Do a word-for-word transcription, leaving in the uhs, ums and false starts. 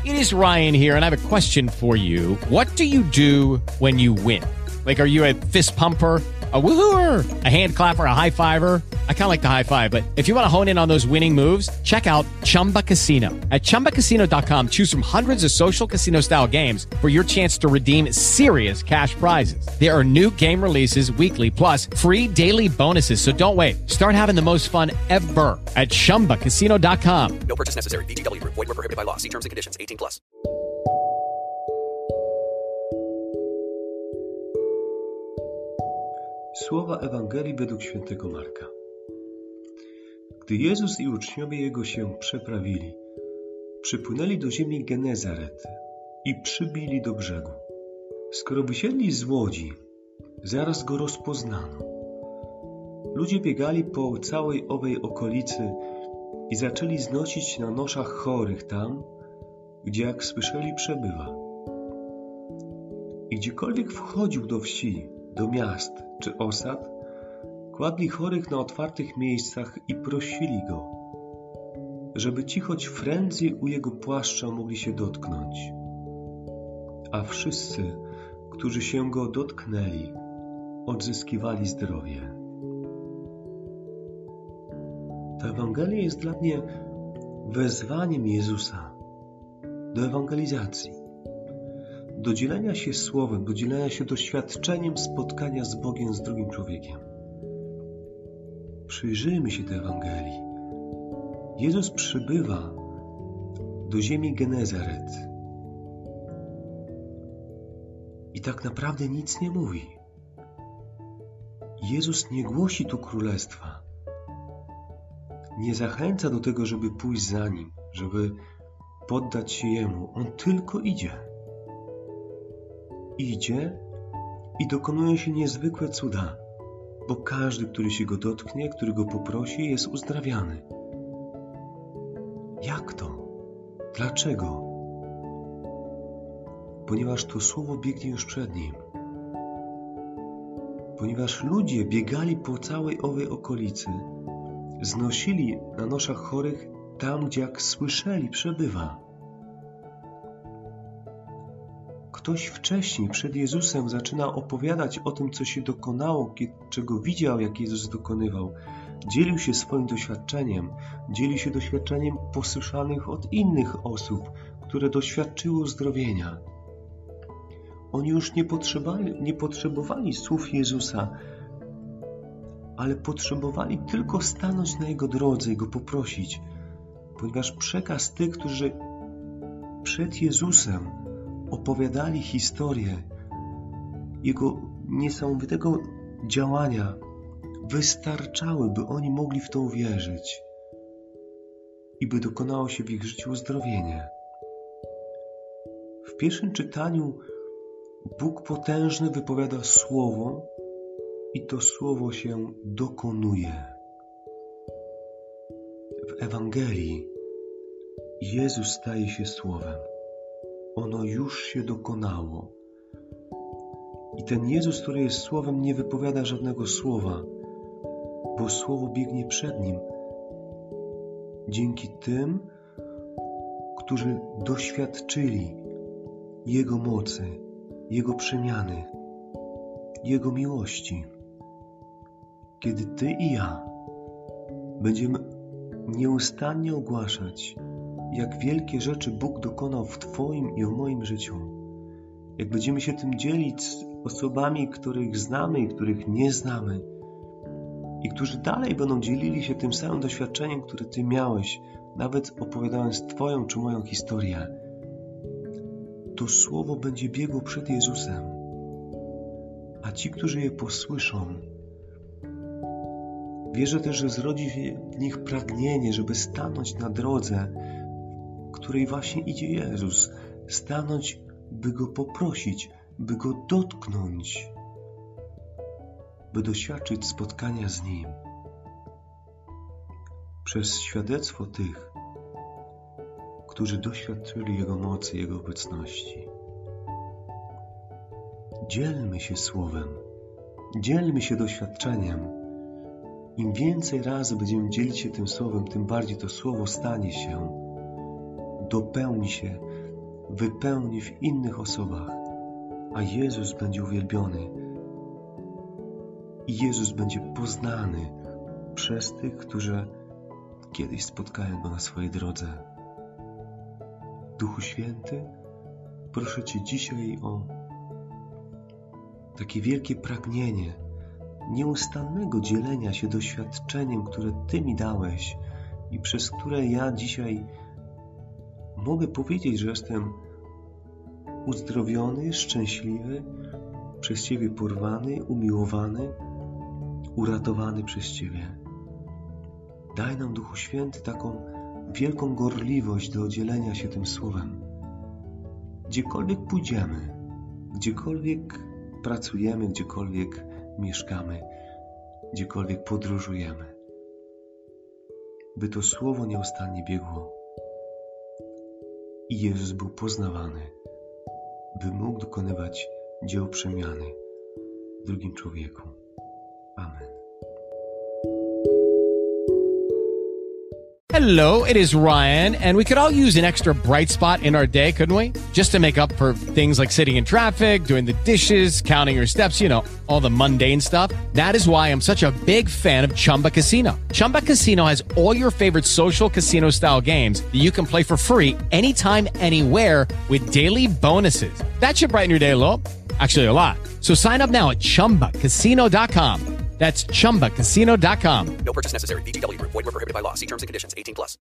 It is Ryan here, and I have a question for you. What do you do when you win? Like, are you a fist pumper, a woohooer, a hand clapper, a high fiver? I kind of like the high five, but if you want to hone in on those winning moves, check out Chumba Casino. At chumba casino dot com, choose from hundreds of social casino style games for your chance to redeem serious cash prizes. There are new game releases weekly, plus free daily bonuses. So don't wait. Start having the most fun ever at chumba casino dot com. No purchase necessary. V G W Group. Void where prohibited by law. See terms and conditions. eighteen plus. Słowa Ewangelii według świętego Marka. Gdy Jezus i uczniowie Jego się przeprawili, przypłynęli do ziemi Genezaret i przybili do brzegu. Skoro wysiedli z łodzi, zaraz Go rozpoznano. Ludzie biegali po całej owej okolicy i zaczęli znosić na noszach chorych tam, gdzie jak słyszeli przebywa. I gdziekolwiek wchodził do wsi, do miast czy osad, kładli chorych na otwartych miejscach i prosili Go, żeby ci choć frędzej u Jego płaszcza mogli się dotknąć. A wszyscy, którzy się Go dotknęli, odzyskiwali zdrowie. Ta Ewangelia jest dla mnie wezwaniem Jezusa do ewangelizacji, do dzielenia się słowem, do dzielenia się doświadczeniem spotkania z Bogiem, z drugim człowiekiem. Przyjrzyjmy się tej Ewangelii. Jezus przybywa do ziemi Genezaret i tak naprawdę nic nie mówi. Jezus nie głosi tu królestwa. Nie zachęca do tego, żeby pójść za Nim, żeby poddać się Jemu. On tylko idzie. Idzie i dokonują się niezwykłe cuda, bo każdy, który się Go dotknie, który Go poprosi, jest uzdrawiany. Jak to? Dlaczego? Ponieważ to słowo biegnie już przed Nim. Ponieważ ludzie biegali po całej owej okolicy, znosili na noszach chorych tam, gdzie jak słyszeli przebywa. Ktoś wcześniej, przed Jezusem, zaczyna opowiadać o tym, co się dokonało, czego widział, jak Jezus dokonywał. Dzielił się swoim doświadczeniem, dzielił się doświadczeniem posłyszanych od innych osób, które doświadczyły uzdrowienia. Oni już nie potrzebowali, nie potrzebowali słów Jezusa, ale potrzebowali tylko stanąć na Jego drodze i Go poprosić, ponieważ przekaz tych, którzy przed Jezusem opowiadali historię Jego niesamowitego działania, wystarczały, by oni mogli w to uwierzyć i by dokonało się w ich życiu uzdrowienie. W pierwszym czytaniu Bóg potężny wypowiada słowo i to słowo się dokonuje. W Ewangelii Jezus staje się słowem. Ono już się dokonało. I ten Jezus, który jest słowem, nie wypowiada żadnego słowa, bo słowo biegnie przed Nim. Dzięki tym, którzy doświadczyli Jego mocy, Jego przemiany, Jego miłości. Kiedy Ty i ja będziemy nieustannie ogłaszać, jak wielkie rzeczy Bóg dokonał w Twoim i w moim życiu, jak będziemy się tym dzielić z osobami, których znamy i których nie znamy i którzy dalej będą dzielili się tym samym doświadczeniem, które Ty miałeś, nawet opowiadając Twoją czy moją historię, to słowo będzie biegło przed Jezusem, a ci, którzy je posłyszą, wierzę też, że zrodzi się w nich pragnienie, żeby stanąć na drodze, której właśnie idzie Jezus, stanąć, by Go poprosić, by Go dotknąć, by doświadczyć spotkania z Nim. Przez świadectwo tych, którzy doświadczyli Jego mocy, Jego obecności. Dzielmy się słowem, dzielmy się doświadczeniem. Im więcej razy będziemy dzielić się tym słowem, tym bardziej to słowo stanie się, dopełni się, wypełni w innych osobach, a Jezus będzie uwielbiony i Jezus będzie poznany przez tych, którzy kiedyś spotkają Go na swojej drodze. Duchu Święty, proszę Cię dzisiaj o takie wielkie pragnienie nieustannego dzielenia się doświadczeniem, które Ty mi dałeś i przez które ja dzisiaj mogę powiedzieć, że jestem uzdrowiony, szczęśliwy, przez Ciebie porwany, umiłowany, uratowany przez Ciebie. Daj nam, Duchu Święty, taką wielką gorliwość do dzielenia się tym Słowem. Gdziekolwiek pójdziemy, gdziekolwiek pracujemy, gdziekolwiek mieszkamy, gdziekolwiek podróżujemy, by to Słowo nieustannie biegło i Jezus był poznawany, by mógł dokonywać dzieł przemiany w drugim człowieku. Amen. Hello, it is Ryan, and we could all use an extra bright spot in our day, couldn't we? Just to make up for things like sitting in traffic, doing the dishes, counting your steps, you know, all the mundane stuff. That is why I'm such a big fan of Chumba Casino. Chumba Casino has all your favorite social casino-style games that you can play for free anytime, anywhere with daily bonuses. That should brighten your day a little. Actually, a lot. So sign up now at chumba casino dot com. That's chumba casino dot com. No purchase necessary. V G W Group. Void where prohibited by law. See terms and conditions. eighteen plus.